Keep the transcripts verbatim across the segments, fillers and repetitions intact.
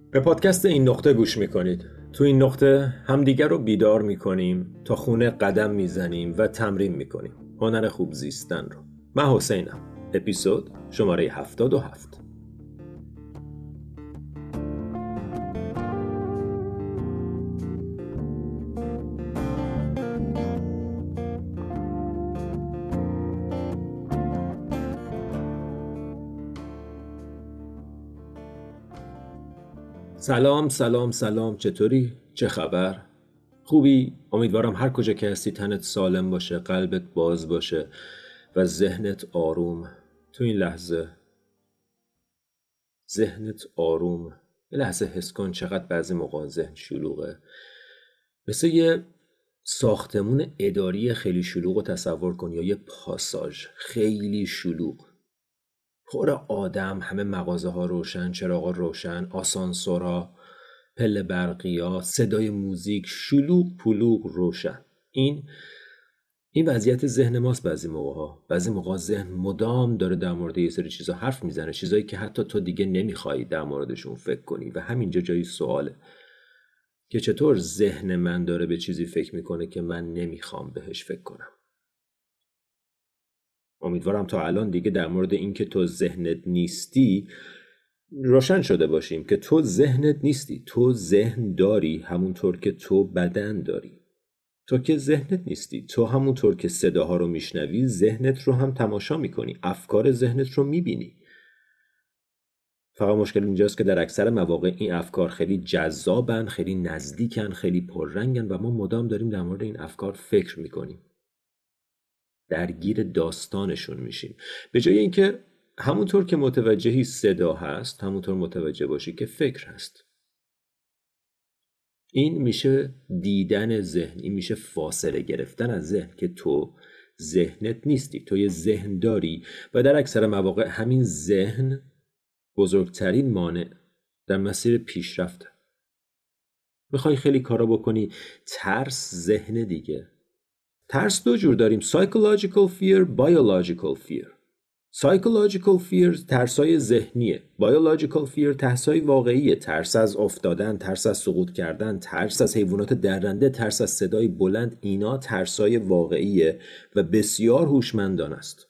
به پادکست این نقطه گوش میکنید. تو این نقطه همدیگر رو بیدار میکنیم، تا خونه قدم میزنیم و تمرین میکنیم هنر خوب زیستن رو. من حسینم. اپیزود شماره هفتاد و هفت. سلام سلام سلام، چطوری؟ چه خبر؟ خوبی؟ امیدوارم هر کجا که هستی تنت سالم باشه، قلبت باز باشه و ذهنت آروم. تو این لحظه ذهنت آروم. یه لحظه حس کن چقدر بعضی موقع ذهن شلوغه. مثل یه ساختمون اداری خیلی شلوغ رو تصور کن، یا یه پاساژ خیلی شلوغ، پر آدم، همه مغازه ها روشن، چراغا روشن، آسانسورها، پله برقی‌ها، صدای موزیک، شلوغ پلوغ روشن. این این وضعیت ذهن ماست. بعضی موقع‌ها بعضی موقع ذهن مدام داره در مورد یه سری چیزا حرف میزنه، چیزایی که حتی تو دیگه نمیخوای در موردشون فکر کنی. و همینجا جایی سواله که چطور ذهن من داره به چیزی فکر میکنه که من نمیخوام بهش فکر کنم. امیدوارم تا الان دیگه در مورد این که تو ذهنت نیستی روشن شده باشیم که تو ذهنت نیستی. تو ذهن داری، همونطور که تو بدن داری. تو که ذهنت نیستی، تو همونطور که صداها رو میشنوی ذهنت رو هم تماشا میکنی، افکار ذهنت رو میبینی. فقط مشکل اینجاست که در اکثر مواقع این افکار خیلی جذابن، خیلی نزدیکن، خیلی پررنگن و ما مدام داریم در مورد این افکار فکر میکنیم، درگیر داستانشون میشیم، به جای اینکه همونطور که متوجهی صدا هست همونطور متوجه باشی که فکر هست. این میشه دیدن ذهن، این میشه فاصله گرفتن از ذهن، که تو ذهنت نیستی، تو یه ذهن داری و در اکثر مواقع همین ذهن بزرگترین مانع در مسیر پیشرفته. میخوای خیلی کارا بکنی، ترس ذهن دیگه. ترس دو جور داریم: psychological fear، biological fear. psychological fear ترسای ذهنیه. biological fear ترسای واقعیه. ترس از افتادن، ترس از سقوط کردن، ترس از حیوانات درنده، ترس از صدای بلند، اینا ترسای واقعیه و بسیار هوشمندانه است.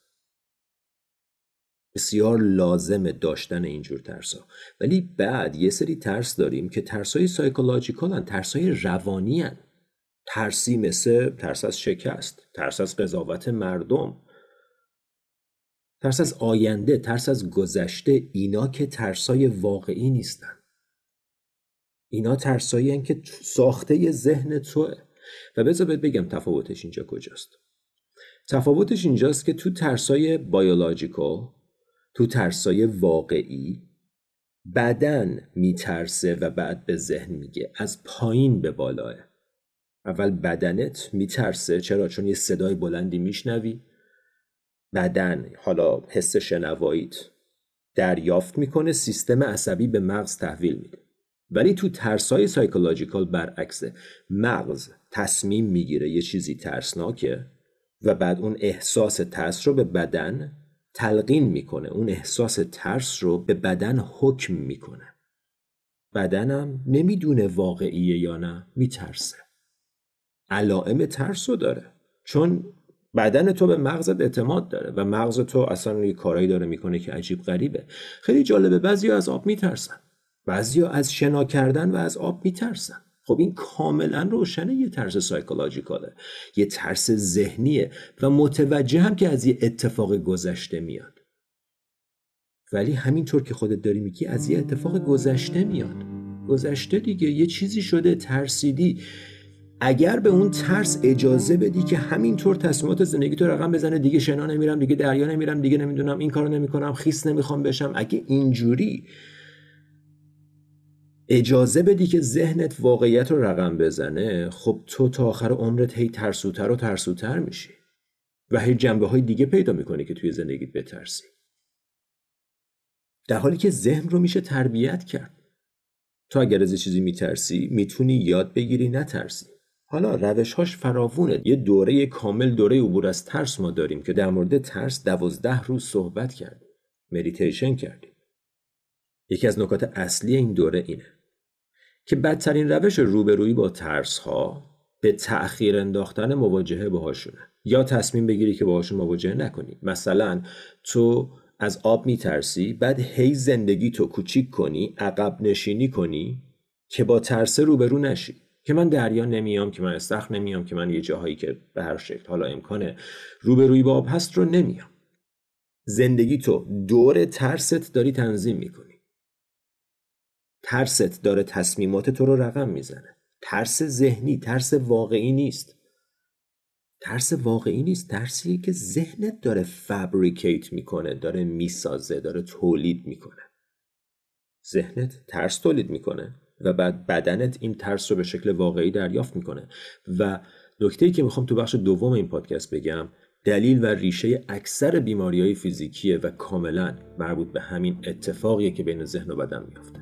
بسیار لازمه داشتن اینجور ترسا. ولی بعد یه سری ترس داریم که ترسای سایکولوژیکالن، ترسای روانی هن. ترسی مثل ترس از شکست، ترس از قضاوت مردم، ترس از آینده، ترس از گذشته. اینا که ترسای واقعی نیستن. اینا ترسایی هن که ساخته ذهن توه. و بذار بهت بگم تفاوتش اینجا کجاست. تفاوتش اینجاست که تو ترسای بیولوژیکال، تو ترسای واقعی، بدن میترسه و بعد به ذهن میگه، از پایین به بالاه. اول بدنت میترسه. چرا؟ چون یه صدای بلندی میشنوی، بدن، حالا حس شنواییت، دریافت میکنه، سیستم عصبی به مغز تحویل میده. ولی تو ترسای سایکولوژیکال برعکسه. مغز تصمیم میگیره یه چیزی ترسناکه و بعد اون احساس ترس رو به بدن تلقین میکنه، اون احساس ترس رو به بدن حکم میکنه. بدنم نمیدونه واقعیه یا نه، میترسه. علائم ترس رو داره، چون بدن تو به مغزت اعتماد داره و مغز تو اصلا یه کارایی داره میکنه که عجیب غریبه. خیلی جالبه. بعضیا از آب میترسن، بعضیا از شنا کردن و از آب میترسن. خب این کاملا روشنه یه ترس سایکولوژیکاله، یه ترس ذهنیه و متوجه هم که از یه اتفاق گذشته میاد. ولی همینطور که خودت داری میگی از یه اتفاق گذشته میاد. گذشته دیگه، یه چیزی شده، ترسیدی. اگر به اون ترس اجازه بدی که همینطور تصمیمات زندگی تو رقم بزنه، دیگه شنا نمیرم، دیگه دریا نمیرم، دیگه نمیدونم این کارو نمیکنم، خیس نمیخوام بشم، اگه اینجوری اجازه بدی که ذهنت واقعیت رو رقم بزنه، خب تو تا آخر عمرت هی ترسوتر و ترسوتر میشی و هی جنبه های دیگه پیدا میکنی که توی زندگیت بترسی، در حالی که ذهن رو میشه تربیت کرد. تو اگر از چیزی میترسی میتونی یاد بگیری نترسی. حالا روش‌هاش فراوونه. یه دوره کامل، دوره عبور از ترس ما داریم که در مورد ترس دوازده روز صحبت کردیم، مدیتیشن کردیم. یکی از نکات اصلی این دوره اینه که بدترین روش روبرویی با ترس‌ها به تأخیر انداختن مواجهه باهاشونه، یا تصمیم بگیری که باهاشون مواجهه نکنی. مثلا تو از آب میترسی، بعد هی زندگی تو کوچیک کنی، عقب نشینی کنی که با ترس روبرو نشی، که من دریا نمیام، که من استخر نمیام، که من یه جاهایی که به هر شکل حالا امکانه روبرویی با آب هست رو نمیام. زندگی تو دور ترست داری تنظیم میکنی. ترست داره تصمیمات تو رو رقم میزنه. ترس ذهنی، ترس واقعی نیست. ترس واقعی نیست، ترسیه که ذهنت داره فابریکیت میکنه، داره میسازه، داره تولید میکنه. ذهنت ترس تولید میکنه و بعد بدنت این ترس رو به شکل واقعی دریافت میکنه. و نکته‌ای که میخوام تو بخش دوم این پادکست بگم، دلیل و ریشه اکثر بیماریهای فیزیکیه و کاملا مربوط به همین اتفاقیه که بین ذهن و بدن میفته.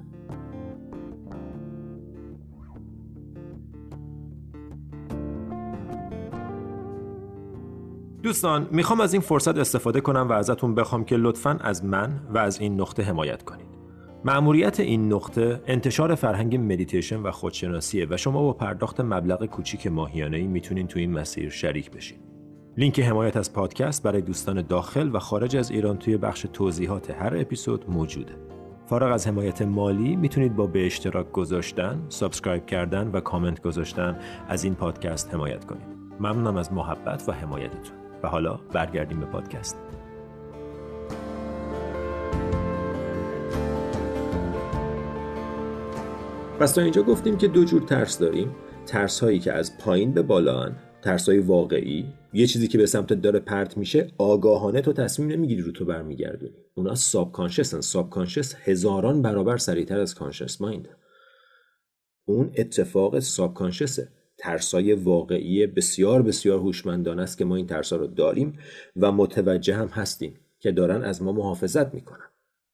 دوستان، میخوام از این فرصت استفاده کنم و ازتون بخوام که لطفاً از من و از این نقطه حمایت کنید. مأموریت این نقطه انتشار فرهنگ مدیتیشن و خودشناسیه و شما با پرداخت مبلغ کوچیک ماهیانه‌ای میتونین تو این مسیر شریک بشین. لینک حمایت از پادکست برای دوستان داخل و خارج از ایران توی بخش توضیحات هر اپیزود موجوده. فارغ از حمایت مالی میتونید با به اشتراک گذاشتن، سابسکرایب کردن و کامنت گذاشتن از این پادکست حمایت کنید. ممنونم از محبت و حمایتتون. و حالا برگردیم به پادکست. پس تا اینجا گفتیم که دو جور ترس داریم. ترس هایی که از پایین به بالا هن، ترس های واقعی، یه چیزی که به سمتت داره پرت میشه، آگاهانه تو تصمیم نمیگیری رو تو برمیگردونی. اونا ساب کانشسن. ساب کانشس هزاران برابر سریعتر از کانشس مایند. اون اتفاق ساب کانشسه. ترسای واقعی بسیار بسیار هوشمندانه است که ما این ترسا رو داریم و متوجه هم هستیم که دارن از ما محافظت میکنن.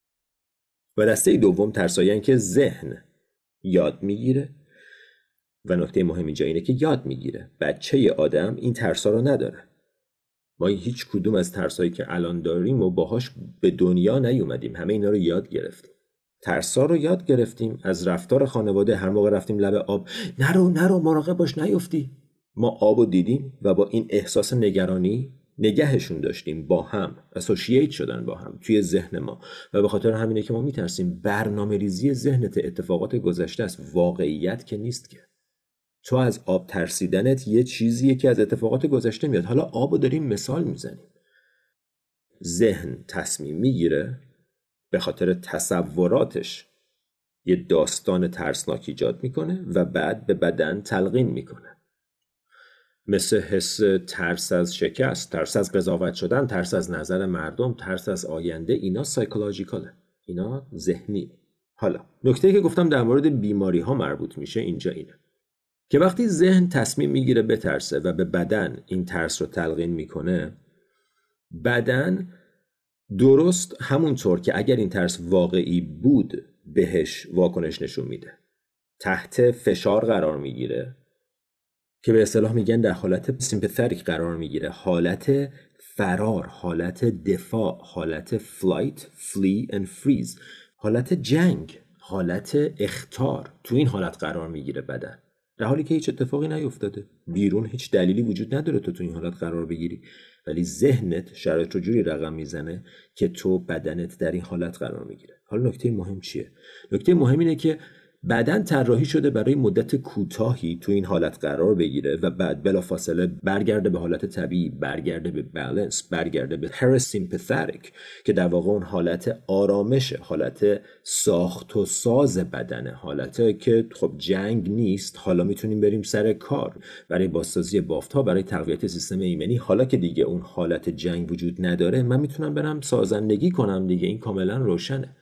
و دسته دوم ترسایی که ذهن یاد میگیره و نکته مهم اینجا اینه که یاد میگیره. بچه آدم این ترسا رو نداره. ما هیچ کدوم از ترسایی که الان داریم و باهاش به دنیا نیومدیم، همه اینا رو یاد گرفتیم. ترسا رو یاد گرفتیم از رفتار خانواده. هر موقع رفتیم لب آب، نرو نرو مراقب باش نیفتی. ما آبو دیدیم و با این احساس نگرانی نگهشون داشتیم، با هم اسوسییت شدن با هم توی ذهن ما و به خاطر همینه که ما میترسیم. برنامه ریزی ذهنت اتفاقات گذشته است، واقعیت که نیست. که تو از آب ترسیدنت یه چیزیه که از اتفاقات گذشته میاد. حالا آبو داریم مثال میزنیم. ذهن تصمیم میگیره به خاطر تصوراتش یه داستان ترسناک ایجاد میکنه و بعد به بدن تلقین میکنه. مثل حس ترس از شکست، ترس از قضاوت شدن، ترس از نظر مردم، ترس از آینده. اینا سایکولوژیکاله، اینا ذهنی. حالا نکته‌ای که گفتم در مورد بیماری ها مربوط میشه اینجا اینه که وقتی ذهن تصمیم میگیره بترسه و به بدن این ترس رو تلقین میکنه، بدن درست همونطور که اگر این ترس واقعی بود بهش واکنش نشون میده، تحت فشار قرار میگیره که به اصطلاح میگن در حالت سیمپاتیک قرار میگیره، حالت فرار، حالت دفاع، حالت فلایت، فلی and فریز، حالت جنگ، حالت اخطار. تو این حالت قرار میگیره بدن، در حالی که هیچ اتفاقی نیفتاده. بیرون هیچ دلیلی وجود نداره تو تو این حالت قرار بگیری، ولی ذهنت شرایط رو جوری رقم میزنه که تو بدنت در این حالت قرار میگیره. حالا نکته مهم چیه؟ نکته مهم اینه که بدن طراحی شده برای مدت کوتاهی تو این حالت قرار بگیره و بعد بلافاصله برگرده به حالت طبیعی، برگرده به بالانس، برگرده به پاراسیمپاتیک که در واقع اون حالت آرامشه، حالت ساخت و ساز بدنه، حالت که خب جنگ نیست، حالا میتونیم بریم سر کار برای بازسازی بافت‌ها، برای تقویت سیستم ایمنی. حالا که دیگه اون حالت جنگ وجود نداره، من میتونم برم سازندگی کنم دیگه. این کاملا روشنه.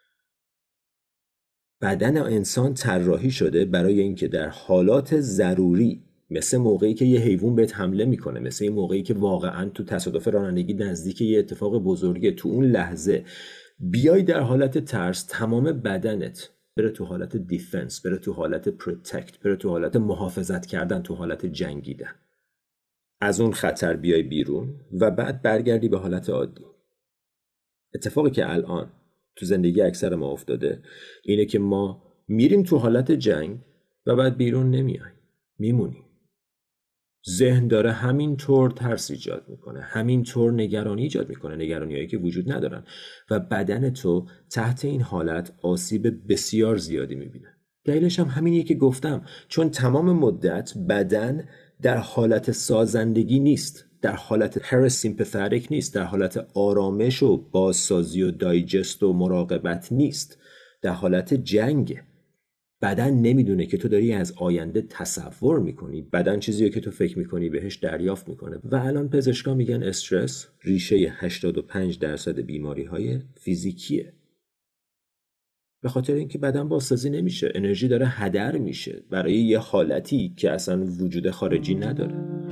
بدن انسان طراحی شده برای اینکه در حالات ضروری، مثل موقعی که یه حیوان بهت حمله میکنه، مثل این موقعی که واقعا تو تصادف رانندگی نزدیک یه اتفاق بزرگه، تو اون لحظه بیای در حالت ترس، تمام بدنت بره تو حالت دیفنس، بره تو حالت پروتکت، بره تو حالت محافظت کردن، تو حالت جنگیدن، از اون خطر بیای بیرون و بعد برگردی به حالت عادی. اتفاقی که الان تو زندگی اکثر ما افتاده اینه که ما میریم تو حالت جنگ و بعد بیرون نمیایم، میمونیم. ذهن داره همینطور ترس ایجاد میکنه، همینطور نگرانی ایجاد میکنه، نگرانی‌هایی که وجود ندارن و بدن تو تحت این حالت آسیب بسیار زیادی میبینه. دلیلش هم همینیه که گفتم، چون تمام مدت بدن در حالت سازندگی نیست، در حالت پراسیمپاتیک نیست، در حالت آرامش و بازسازی و دایجست و مراقبت نیست، در حالت جنگه. بدن نمیدونه که تو داری از آینده تصور میکنی، بدن چیزیه که تو فکر میکنی بهش دریافت میکنه. و الان پزشکا میگن استرس ریشه هشتاد و پنج درصد بیماری های فیزیکیه، به خاطر اینکه بدن بازسازی نمیشه، انرژی داره هدر میشه برای یه حالتی که اصلا وجود خارجی نداره.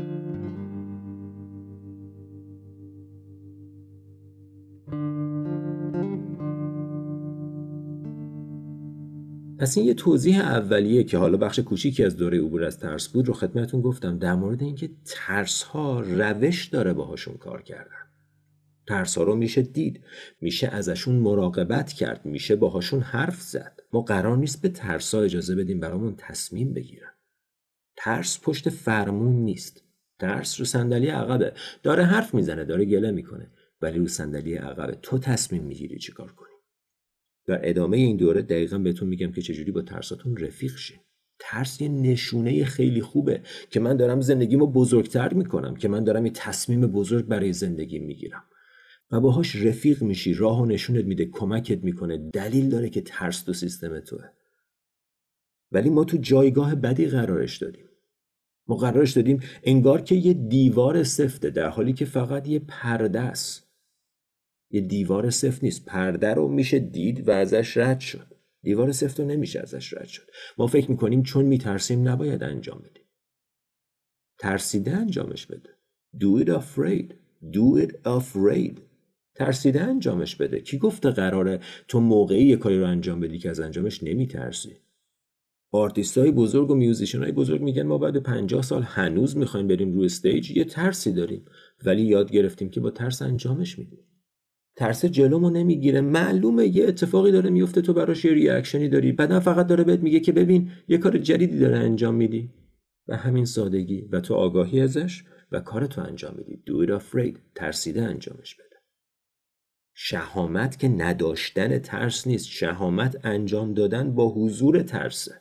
پس این یه توضیح اولیه که حالا بخش کوچیکی از دوره عبور از ترس بود رو خدمتتون گفتم در مورد اینکه ترس ها روش داره باهاشون کار کردن. ترس ها رو میشه دید، میشه ازشون مراقبت کرد، میشه باهاشون حرف زد. ما قرار نیست به ترس ها اجازه بدیم برامون تصمیم بگیرن. ترس پشت فرمون نیست، ترس رو صندلی عقبه، داره حرف میزنه، داره گله میکنه، ولی رو صندلی عقبه. تو تصمیم میگیری چی کار کنی. در ادامه این دوره دقیقاً بهتون میگم که چجوری با ترساتون رفیق شین. ترس یه نشونه خیلی خوبه که من دارم زندگیمو بزرگتر میکنم، که من دارم یه تصمیم بزرگ برای زندگی میگیرم و باهاش رفیق میشی، راهو نشونت میده، کمکت میکنه، دلیل داره که ترس تو سیستم توه. ولی ما تو جایگاه بدی قرارش دادیم. ما قرارش دادیم انگار که یه دیوار سفته، در حالی که فقط یه پرده است. یه دیوار سفت نیست، پرده رو میشه دید و ازش رد شد. دیوار سفت رو نمیشه ازش رد شد. ما فکر میکنیم چون میترسیم نباید انجام بدیم. ترسیده انجامش بده. Do it afraid. Do it afraid. ترسیده انجامش بده. کی گفته قراره تو موقعی یه کاری رو انجام بدی که از انجامش نمیترسی؟ آرتیستای بزرگ و میوزیشنای بزرگ میگن ما بعد پنجاه سال هنوز میخوایم بریم روی استیج، یه ترسی داریم ولی یاد گرفتیم که با ترس انجامش میدیم. ترس جلومو نمیگیره، معلومه یه اتفاقی داره میفته، تو براش یه ریاکشنی داری، بعدن فقط داره بهت میگه که ببین یه کار جدیدی داره انجام میدی و همین سادگی و تو آگاهی ازش و کارتو انجام میدی. Do it afraid. ترسیده انجامش بده. شهامت که نداشتن ترس نیست، شهامت انجام دادن با حضور ترسه.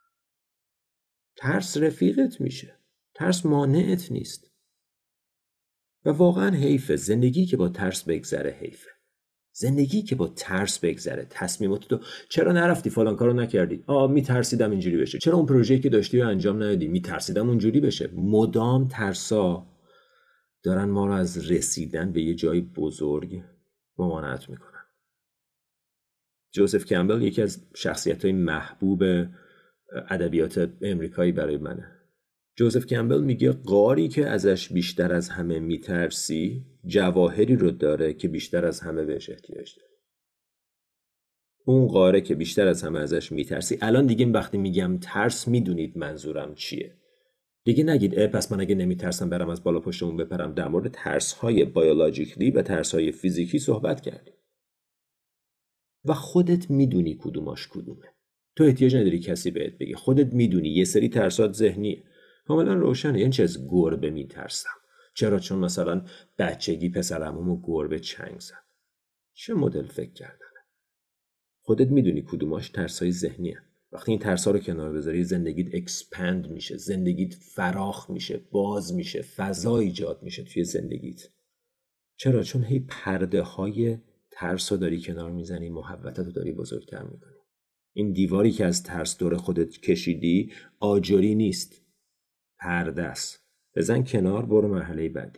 ترس رفیقت میشه، ترس مانعت نیست. و واقعا حیفه زندگی که با ترس بگذره، حیفه زندگی که با ترس بگذره. تصمیمات تو چرا نرفتی فلان کارو نکردی؟ آ میترسیدم اینجوری بشه. چرا اون پروژه‌ای که داشتی رو انجام ندادی؟ میترسیدم اونجوری بشه. مدام ترسا دارن ما رو از رسیدن به یه جای بزرگ ممانعت میکنن. جوزف کمبل یکی از شخصیت‌های محبوب ادبیات امریکایی برای منه. جوزف کمبل میگه غاری که ازش بیشتر از همه میترسی جواهری رو داره که بیشتر از همه بهش احتیاج داره. اون غاره که بیشتر از همه ازش میترسی، الان دیگه وقتی میگم ترس میدونید منظورم چیه. دیگه نگید اه پس من اگه نمیترسم برم از بالا پشتمون بپرم. در مورد ترس‌های بیولوژیکلی و ترس‌های فیزیکی صحبت کردیم و خودت میدونی کدوماش کدومه. تو احتیاج نداری کسی بهت بگه، خودت میدونی. یه سری ترسات ذهنیه، کاملا روشنه. یعنی چه از گربه میترسم؟ چرا؟ چون مثلا بچگی پسرعمومو گربه چنگ زد. چه مدل فکر کردنه؟ خودت میدونی کدوماش ترسای ذهنیه. وقتی این ترسا رو کنار بذاری زندگیت اکسپند میشه، زندگیت فراخ میشه، باز میشه، فضا ایجاد میشه توی زندگیت. چرا؟ چون هی پرده های ترس رو داری کنار میزنی، محبتت رو داری بزرگتر میکنی. این دیواری که از ترس دور خودت کشیدی آجری نیست، پرده است. بزن کنار، برو مرحله بعدی.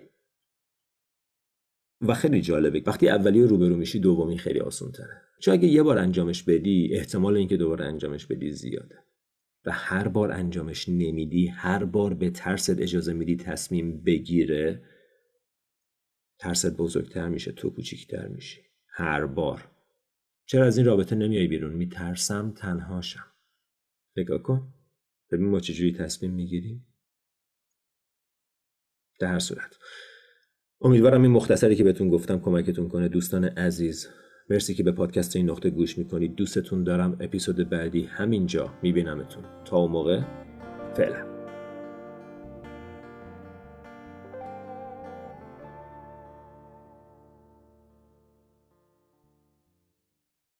و خیلی جالبه وقتی اولی رو روبرو میشی دومی خیلی آسان تره، چون اگه یه بار انجامش بدی احتمال اینکه دوباره انجامش بدی زیاده و هر بار انجامش نمیدی، هر بار به ترست اجازه میدی تصمیم بگیره، ترست بزرگتر میشه، تو کوچیکتر میشی هر بار. چرا از این رابطه نمیای بیرون؟ میترسم تنهاشم. نگاه کن ببین ما چجوری تصمیم میگیریم. در هر صورت امیدوارم این مختصری که بهتون گفتم کمکتون کنه دوستان عزیز. مرسی که به پادکست این نقطه گوش میکنید. دوستتون دارم. اپیزود بعدی همینجا میبینمتون. تا اون موقع فعلا.